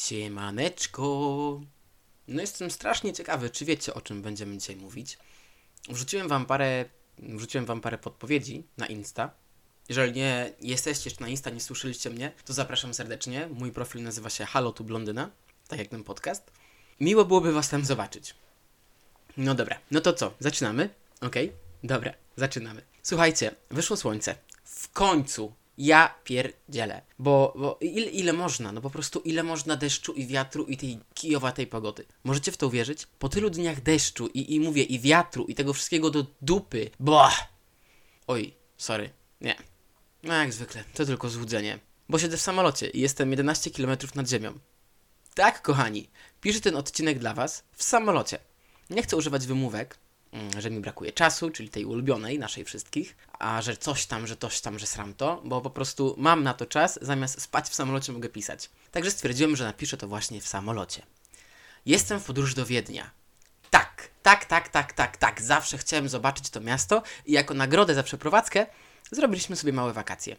Siemaneczko. No jestem strasznie ciekawy, czy wiecie, o czym będziemy dzisiaj mówić. Wrzuciłem wam parę podpowiedzi na Insta. Jeżeli nie jesteście jeszcze na Insta, nie słyszeliście mnie, to zapraszam serdecznie. Mój profil nazywa się Halo tu Blondyna, tak jak ten podcast. Miło byłoby was tam zobaczyć. No dobra, no to co, zaczynamy? Okej? Dobra, zaczynamy. Słuchajcie, wyszło słońce. W końcu. Ja pierdzielę. Bo ile można? No po prostu ile można deszczu i wiatru i tej kijowatej pogody. Możecie w to uwierzyć? Po tylu dniach deszczu i mówię, i wiatru i tego wszystkiego do dupy. Boah! Oj, sorry. Nie. No jak zwykle, to tylko złudzenie. Bo siedzę w samolocie i jestem 11 km nad ziemią. Tak, kochani, piszę ten odcinek dla was w samolocie. Nie chcę używać wymówek, że mi brakuje czasu, czyli tej ulubionej, naszej wszystkich, a że coś tam, że sram to, bo po prostu mam na to czas, zamiast spać w samolocie mogę pisać. Także stwierdziłem, że napiszę to właśnie w samolocie. Jestem w podróży do Wiednia. Tak. Zawsze chciałem zobaczyć to miasto i jako nagrodę za przeprowadzkę zrobiliśmy sobie małe wakacje.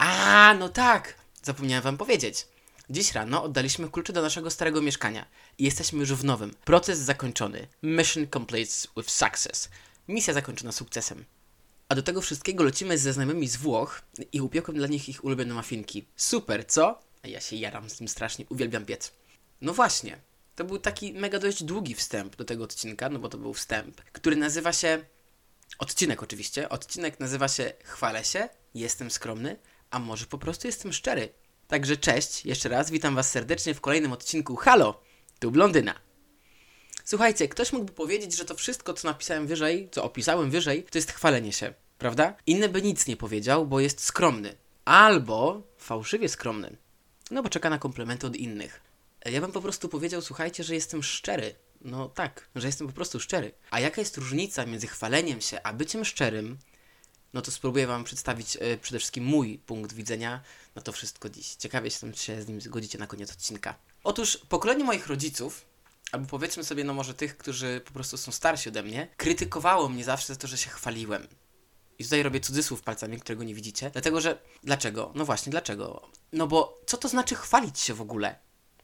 No tak! Zapomniałem wam powiedzieć. Dziś rano oddaliśmy klucze do naszego starego mieszkania i jesteśmy już w nowym. Proces zakończony. Mission complete with success. Misja zakończona sukcesem. A do tego wszystkiego lecimy ze znajomymi z Włoch i upiekłem dla nich ich ulubione muffinki. Super, co? A ja się jaram z tym strasznie, uwielbiam piec. No właśnie, to był taki mega dość długi wstęp do tego odcinka, no bo to był wstęp, który nazywa się... Odcinek oczywiście. Odcinek nazywa się Chwalę się, jestem skromny, a może po prostu jestem szczery. Także cześć, jeszcze raz, witam was serdecznie w kolejnym odcinku Halo, tu Blondyna. Słuchajcie, ktoś mógłby powiedzieć, że to wszystko, co napisałem wyżej, co opisałem wyżej, to jest chwalenie się, prawda? Inny by nic nie powiedział, bo jest skromny. Albo fałszywie skromny. No bo czeka na komplementy od innych. Ja bym po prostu powiedział, słuchajcie, że jestem szczery. No tak, że jestem po prostu szczery. A jaka jest różnica między chwaleniem się a byciem szczerym? No to spróbuję wam przedstawić przede wszystkim mój punkt widzenia na to wszystko dziś. Ciekawie się z nim zgodzicie na koniec odcinka. Otóż pokolenie moich rodziców, albo powiedzmy sobie no może tych, którzy po prostu są starsi ode mnie, krytykowało mnie zawsze za to, że się chwaliłem. I tutaj robię cudzysłów palcami, którego nie widzicie. Dlatego, że... Dlaczego? No właśnie, dlaczego? No bo co to znaczy chwalić się w ogóle?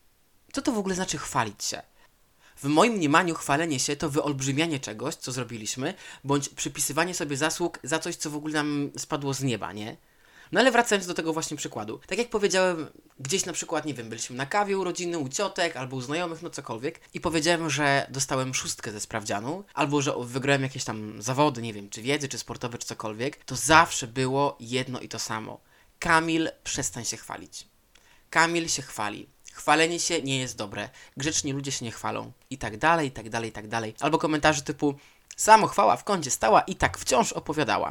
Co to w ogóle znaczy chwalić się? W moim mniemaniu chwalenie się to wyolbrzymianie czegoś, co zrobiliśmy, bądź przypisywanie sobie zasług za coś, co w ogóle nam spadło z nieba, nie? No ale wracając do tego właśnie przykładu. Tak jak powiedziałem, gdzieś na przykład, nie wiem, byliśmy na kawie u rodziny, u ciotek, albo u znajomych, no cokolwiek i powiedziałem, że dostałem 6 ze sprawdzianu, albo że wygrałem jakieś tam zawody, nie wiem, czy wiedzy, czy sportowe, czy cokolwiek, to zawsze było jedno i to samo. Kamil, przestań się chwalić. Kamil się chwali. Chwalenie się nie jest dobre. Grzeczni ludzie się nie chwalą. I tak dalej, i tak dalej, i tak dalej. Albo komentarze typu samochwała w kącie stała i tak wciąż opowiadała.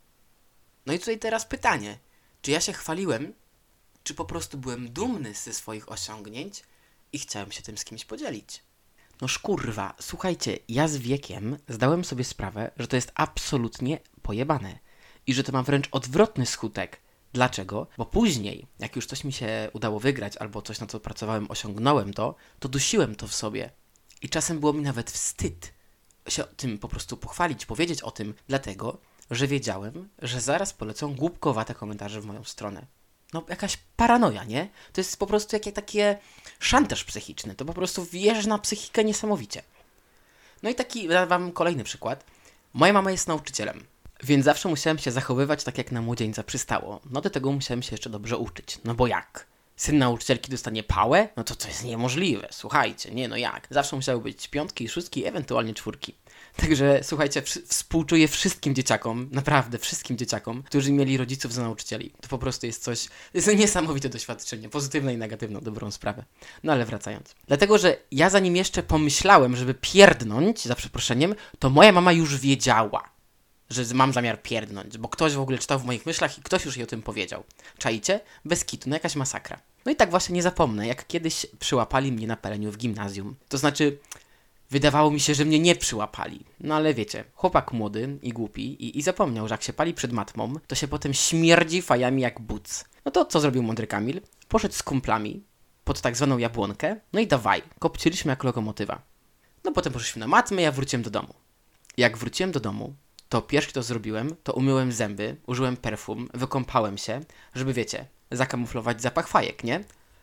No i tutaj teraz pytanie. Czy ja się chwaliłem? Czy po prostu byłem dumny ze swoich osiągnięć i chciałem się tym z kimś podzielić? No szkurwa, słuchajcie, ja z wiekiem zdałem sobie sprawę, że to jest absolutnie pojebane. I że to ma wręcz odwrotny skutek. Dlaczego? Bo później, jak już coś mi się udało wygrać, albo coś, na co pracowałem, osiągnąłem to dusiłem to w sobie. I czasem było mi nawet wstyd się tym po prostu pochwalić, powiedzieć o tym, dlatego, że wiedziałem, że zaraz polecą głupkowate komentarze w moją stronę. No, jakaś paranoja, nie? To jest po prostu jak takie szantaż psychiczny. To po prostu wjeżdża na psychikę niesamowicie. No i taki, dam wam kolejny przykład. Moja mama jest nauczycielem. Więc zawsze musiałem się zachowywać tak, jak na młodzieńca przystało. No do tego musiałem się jeszcze dobrze uczyć. No bo jak? Syn nauczycielki dostanie pałę? No to jest niemożliwe. Słuchajcie, nie no jak? Zawsze musiały być 5, 6, ewentualnie 4. Także słuchajcie, współczuję wszystkim dzieciakom, naprawdę wszystkim dzieciakom, którzy mieli rodziców za nauczycieli. To po prostu jest coś, to jest niesamowite doświadczenie, pozytywne i negatywne, dobrą sprawę. No ale wracając. Dlatego, że ja zanim jeszcze pomyślałem, żeby pierdnąć, za przeproszeniem, to moja mama już wiedziała, że mam zamiar pierdnąć, bo ktoś w ogóle czytał w moich myślach i ktoś już jej o tym powiedział. Czaicie? Bez kitu, no jakaś masakra. No i tak właśnie nie zapomnę, jak kiedyś przyłapali mnie na paleniu w gimnazjum. To znaczy, wydawało mi się, że mnie nie przyłapali. No ale wiecie, chłopak młody i głupi i zapomniał, że jak się pali przed matmą, to się potem śmierdzi fajami jak buc. No to co zrobił mądry Kamil? Poszedł z kumplami pod tak zwaną jabłonkę, no i dawaj, kopciliśmy jak lokomotywa. No potem poszliśmy na matmę, ja wróciłem do domu. Jak wróciłem do domu, to pierwsze co zrobiłem, to umyłem zęby, użyłem perfum, wykąpałem się, żeby wiecie, zakamuflować zapach fajek, nie?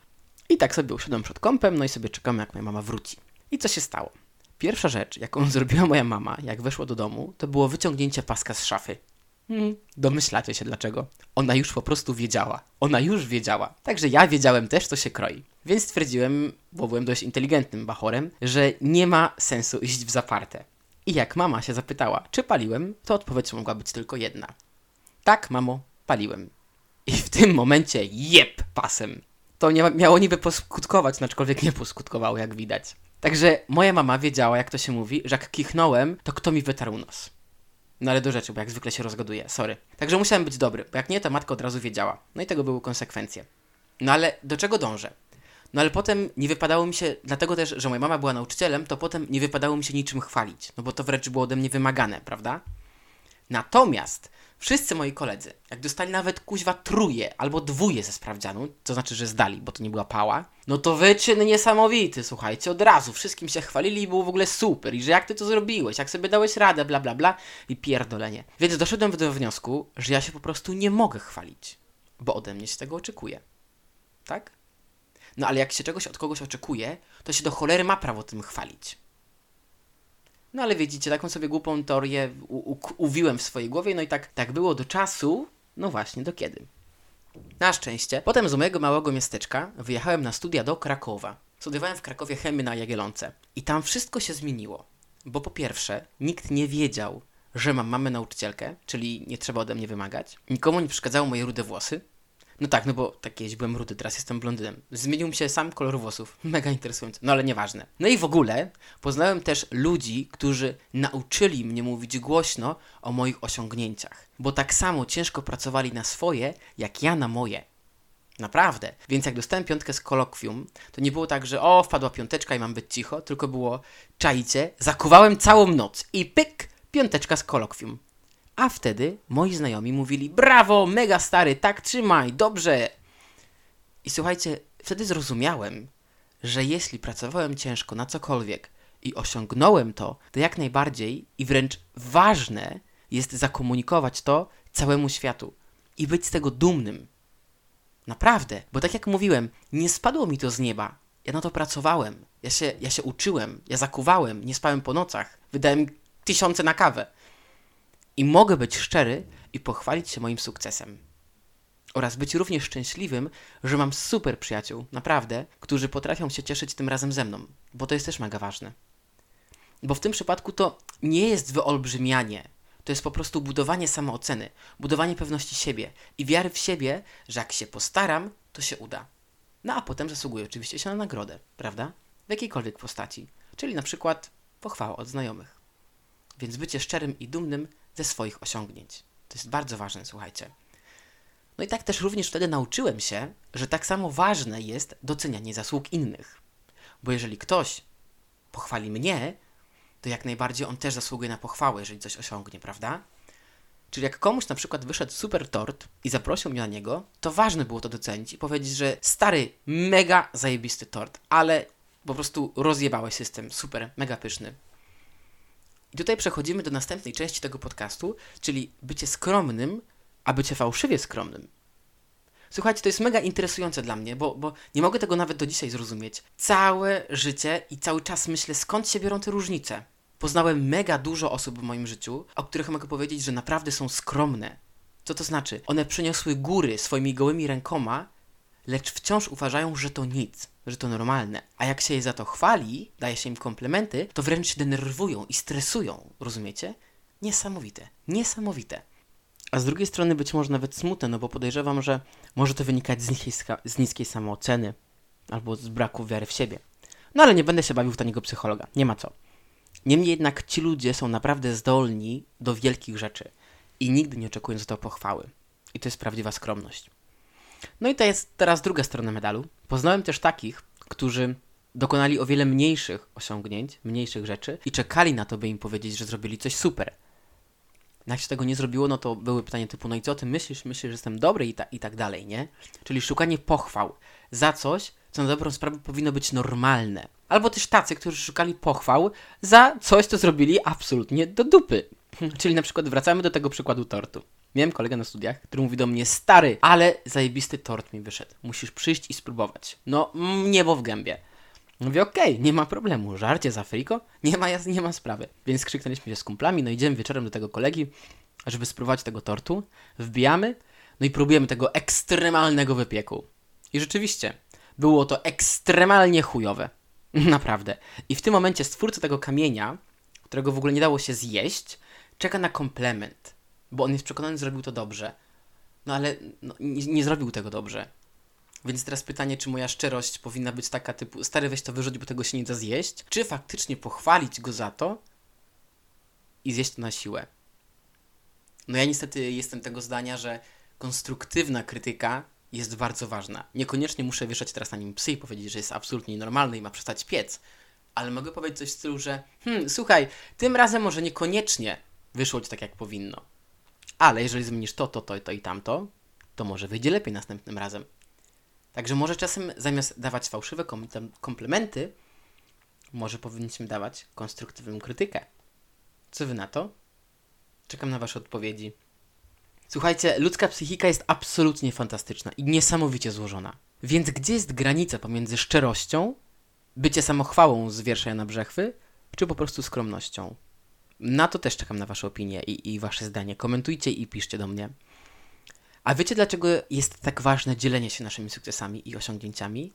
I tak sobie usiadłem przed kąpem, no i sobie czekamy, jak moja mama wróci. I co się stało? Pierwsza rzecz, jaką zrobiła moja mama, jak weszła do domu, to było wyciągnięcie paska z szafy. Domyślacie się dlaczego. Ona już po prostu wiedziała. Ona już wiedziała. Także ja wiedziałem też, co się kroi. Więc stwierdziłem, bo byłem dość inteligentnym bachorem, że nie ma sensu iść w zaparte. I jak mama się zapytała, czy paliłem, to odpowiedź mogła być tylko jedna. Tak, mamo, paliłem. I w tym momencie pasem. To nie miało niby poskutkować, aczkolwiek nie poskutkowało, jak widać. Także moja mama wiedziała, jak to się mówi, że jak kichnąłem, to kto mi wytarł nos. No ale do rzeczy, bo jak zwykle się rozgaduję, sorry. Także musiałem być dobry, bo jak nie, to matka od razu wiedziała. No i tego były konsekwencje. No ale do czego dążę? No ale potem nie wypadało mi się, dlatego też, że moja mama była nauczycielem, to potem nie wypadało mi się niczym chwalić. No bo to wręcz było ode mnie wymagane, prawda? Natomiast wszyscy moi koledzy, jak dostali nawet kuźwa 3 albo 2 ze sprawdzianu, to znaczy, że zdali, bo to nie była pała, no to wyczyn niesamowity, słuchajcie, od razu wszystkim się chwalili i było w ogóle super i że jak ty to zrobiłeś, jak sobie dałeś radę, bla bla bla i pierdolenie. Więc doszedłem do wniosku, że ja się po prostu nie mogę chwalić, bo ode mnie się tego oczekuje. Tak? No ale jak się czegoś od kogoś oczekuje, to się do cholery ma prawo tym chwalić. No ale widzicie, taką sobie głupą teorię uwiłem w swojej głowie, no i tak było do czasu, no właśnie, do kiedy. Na szczęście, potem z mojego małego miasteczka wyjechałem na studia do Krakowa. Studiowałem w Krakowie chemię na Jagiellonce. I tam wszystko się zmieniło. Bo po pierwsze, nikt nie wiedział, że mam mamę nauczycielkę, czyli nie trzeba ode mnie wymagać. Nikomu nie przeszkadzały moje rude włosy. No tak, no bo tak kiedyś byłem rudy, teraz jestem blondynem. Zmienił mi się sam kolor włosów. Mega interesujące, no ale nieważne. No i w ogóle poznałem też ludzi, którzy nauczyli mnie mówić głośno o moich osiągnięciach. Bo tak samo ciężko pracowali na swoje, jak ja na moje. Naprawdę. Więc jak dostałem 5 z kolokwium, to nie było tak, że wpadła 5 i mam być cicho, tylko było, czajcie, zakuwałem całą noc i pyk, 5 z kolokwium. A wtedy moi znajomi mówili, brawo, mega stary, tak trzymaj, dobrze. I słuchajcie, wtedy zrozumiałem, że jeśli pracowałem ciężko na cokolwiek i osiągnąłem to, to jak najbardziej i wręcz ważne jest zakomunikować to całemu światu i być z tego dumnym. Naprawdę, bo tak jak mówiłem, nie spadło mi to z nieba. Ja na to pracowałem, ja się uczyłem, ja zakuwałem, nie spałem po nocach, wydałem 1000 na kawę. I mogę być szczery i pochwalić się moim sukcesem. Oraz być również szczęśliwym, że mam super przyjaciół, naprawdę, którzy potrafią się cieszyć tym razem ze mną, bo to jest też mega ważne. Bo w tym przypadku to nie jest wyolbrzymianie, to jest po prostu budowanie samooceny, budowanie pewności siebie i wiary w siebie, że jak się postaram, to się uda. No a potem zasługuję oczywiście się na nagrodę, prawda? W jakiejkolwiek postaci, czyli na przykład pochwała od znajomych. Więc bycie szczerym i dumnym ze swoich osiągnięć. To jest bardzo ważne, słuchajcie. No i tak też również wtedy nauczyłem się, że tak samo ważne jest docenianie zasług innych. Bo jeżeli ktoś pochwali mnie, to jak najbardziej on też zasługuje na pochwałę, jeżeli coś osiągnie, prawda? Czyli jak komuś na przykład wyszedł super tort i zaprosił mnie na niego, to ważne było to docenić i powiedzieć, że stary, mega zajebisty tort, ale po prostu rozjebałeś system, super, mega pyszny. I tutaj przechodzimy do następnej części tego podcastu, czyli bycie skromnym, a bycie fałszywie skromnym. Słuchajcie, to jest mega interesujące dla mnie, bo nie mogę tego nawet do dzisiaj zrozumieć. Całe życie i cały czas myślę, skąd się biorą te różnice. Poznałem mega dużo osób w moim życiu, o których mogę powiedzieć, że naprawdę są skromne. Co to znaczy? One przeniosły góry swoimi gołymi rękoma, lecz wciąż uważają, że to nic, że to normalne. A jak się je za to chwali, daje się im komplementy, to wręcz się denerwują i stresują, rozumiecie? Niesamowite, niesamowite. A z drugiej strony być może nawet smutne, no bo podejrzewam, że może to wynikać z niskiej samooceny albo z braku wiary w siebie. No ale nie będę się bawił w taniego psychologa, nie ma co. Niemniej jednak ci ludzie są naprawdę zdolni do wielkich rzeczy i nigdy nie oczekują za to pochwały. I to jest prawdziwa skromność. No i to jest teraz druga strona medalu. Poznałem też takich, którzy dokonali o wiele mniejszych osiągnięć, mniejszych rzeczy i czekali na to, by im powiedzieć, że zrobili coś super. Jak się tego nie zrobiło, no to były pytania typu, no i co ty myślisz? Myślisz, że jestem dobry i tak dalej, nie? Czyli szukanie pochwał za coś, co na dobrą sprawę powinno być normalne. Albo też tacy, którzy szukali pochwał za coś, co zrobili absolutnie do dupy. Czyli na przykład wracamy do tego przykładu tortu. Miałem kolegę na studiach, który mówi do mnie: stary, ale zajebisty tort mi wyszedł. Musisz przyjść i spróbować. No, niebo w gębie. Mówię: okej, nie ma problemu. Żarcie z Afriko? Nie ma sprawy. Więc krzyknęliśmy się z kumplami, no idziemy wieczorem do tego kolegi, żeby spróbować tego tortu. Wbijamy, no i próbujemy tego ekstremalnego wypieku. I rzeczywiście, było to ekstremalnie chujowe. Naprawdę. I w tym momencie stwórca tego kamienia, którego w ogóle nie dało się zjeść, czeka na komplement. Bo on jest przekonany, że zrobił to dobrze. No ale nie zrobił tego dobrze. Więc teraz pytanie, czy moja szczerość powinna być taka typu: stary, weź to wyrzuć, bo tego się nie da zjeść? Czy faktycznie pochwalić go za to i zjeść to na siłę? No ja niestety jestem tego zdania, że konstruktywna krytyka jest bardzo ważna. Niekoniecznie muszę wieszać teraz na nim psy i powiedzieć, że jest absolutnie nienormalny i ma przestać piec. Ale mogę powiedzieć coś w stylu, że słuchaj, tym razem może niekoniecznie wyszło ci tak, jak powinno. Ale jeżeli zmienisz to i tamto, to może wyjdzie lepiej następnym razem. Także może czasem zamiast dawać fałszywe komplementy, może powinniśmy dawać konstruktywną krytykę. Co wy na to? Czekam na wasze odpowiedzi. Słuchajcie, ludzka psychika jest absolutnie fantastyczna i niesamowicie złożona. Więc gdzie jest granica pomiędzy szczerością, bycie samochwałą z wiersza Jana Brzechwy, czy po prostu skromnością? Na to też czekam na wasze opinie i wasze zdanie. Komentujcie i piszcie do mnie. A wiecie, dlaczego jest tak ważne dzielenie się naszymi sukcesami i osiągnięciami?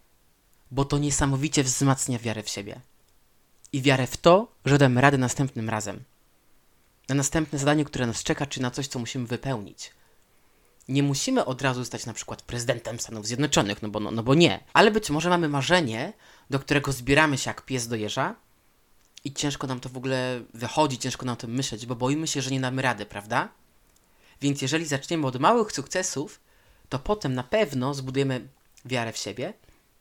Bo to niesamowicie wzmacnia wiarę w siebie. I wiarę w to, że damy radę następnym razem. Na następne zadanie, które nas czeka, czy na coś, co musimy wypełnić. Nie musimy od razu zostać na przykład prezydentem Stanów Zjednoczonych, no bo nie. Ale być może mamy marzenie, do którego zbieramy się jak pies do jeża i ciężko nam to w ogóle wychodzi, ciężko nam to myśleć, bo boimy się, że nie damy rady, prawda? Więc jeżeli zaczniemy od małych sukcesów, to potem na pewno zbudujemy wiarę w siebie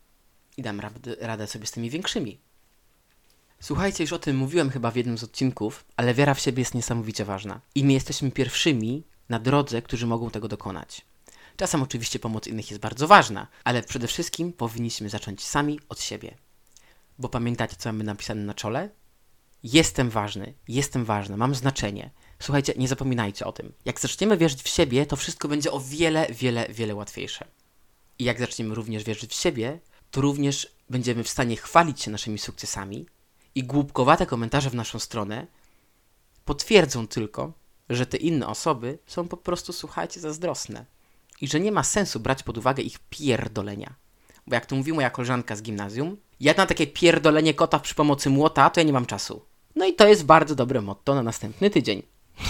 i damy radę sobie z tymi większymi. Słuchajcie, już o tym mówiłem chyba w jednym z odcinków, ale wiara w siebie jest niesamowicie ważna. I my jesteśmy pierwszymi na drodze, którzy mogą tego dokonać. Czasem oczywiście pomoc innych jest bardzo ważna, ale przede wszystkim powinniśmy zacząć sami od siebie. Bo pamiętacie, co mamy napisane na czole? Jestem ważna, mam znaczenie. Słuchajcie, nie zapominajcie o tym. Jak zaczniemy wierzyć w siebie, to wszystko będzie o wiele łatwiejsze. I jak zaczniemy również wierzyć w siebie, to również będziemy w stanie chwalić się naszymi sukcesami i głupkowate komentarze w naszą stronę potwierdzą tylko, że te inne osoby są po prostu, słuchajcie, zazdrosne. I że nie ma sensu brać pod uwagę ich pierdolenia. Bo jak to mówi moja koleżanka z gimnazjum, ja na takie pierdolenie kota przy pomocy młota, to ja nie mam czasu. No i to jest bardzo dobre motto na następny tydzień.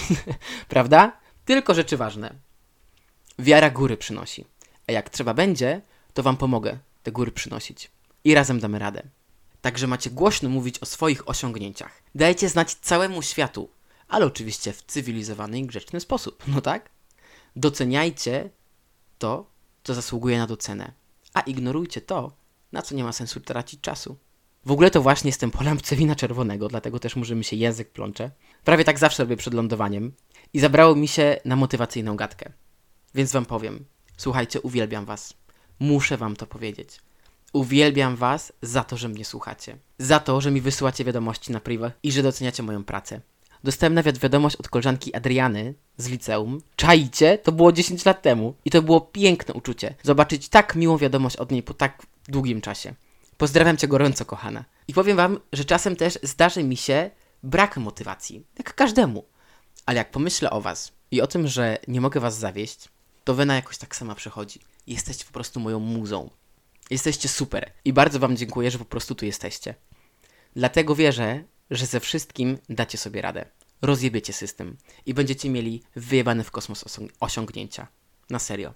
Prawda? Tylko rzeczy ważne. Wiara góry przynosi. A jak trzeba będzie, to wam pomogę te góry przynosić. I razem damy radę. Także macie głośno mówić o swoich osiągnięciach. Dajcie znać całemu światu, ale oczywiście w cywilizowany i grzeczny sposób. No tak? Doceniajcie to, co zasługuje na docenę. A ignorujcie to, na co nie ma sensu tracić czasu. W ogóle to właśnie jestem po lampce wina czerwonego, dlatego też może mi się język plącze. Prawie tak zawsze robię przed lądowaniem. I zabrało mi się na motywacyjną gadkę. Więc wam powiem. Słuchajcie, uwielbiam was. Muszę wam to powiedzieć. Uwielbiam was za to, że mnie słuchacie. Za to, że mi wysyłacie wiadomości na priwa i że doceniacie moją pracę. Dostałem nawet wiadomość od koleżanki Adriany z liceum. Czaicie? To było 10 lat temu. I to było piękne uczucie. Zobaczyć tak miłą wiadomość od niej po tak długim czasie. Pozdrawiam cię gorąco, kochana. I powiem wam, że czasem też zdarzy mi się brak motywacji. Jak każdemu. Ale jak pomyślę o was i o tym, że nie mogę was zawieść, to wena jakoś tak sama przychodzi. Jesteście po prostu moją muzą. Jesteście super. I bardzo wam dziękuję, że po prostu tu jesteście. Dlatego wierzę, że ze wszystkim dacie sobie radę. Rozjebiecie system. I będziecie mieli wyjebane w kosmos osiągnięcia. Na serio.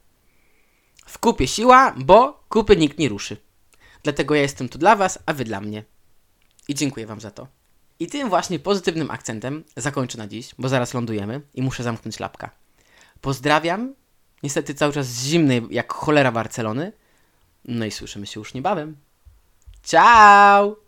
W kupie siła, bo kupy nikt nie ruszy. Dlatego ja jestem tu dla was, a wy dla mnie. I dziękuję wam za to. I tym właśnie pozytywnym akcentem zakończę na dziś, bo zaraz lądujemy i muszę zamknąć lapka. Pozdrawiam. Niestety cały czas z zimnej jak cholera Barcelony. No i słyszymy się już niebawem. Ciao!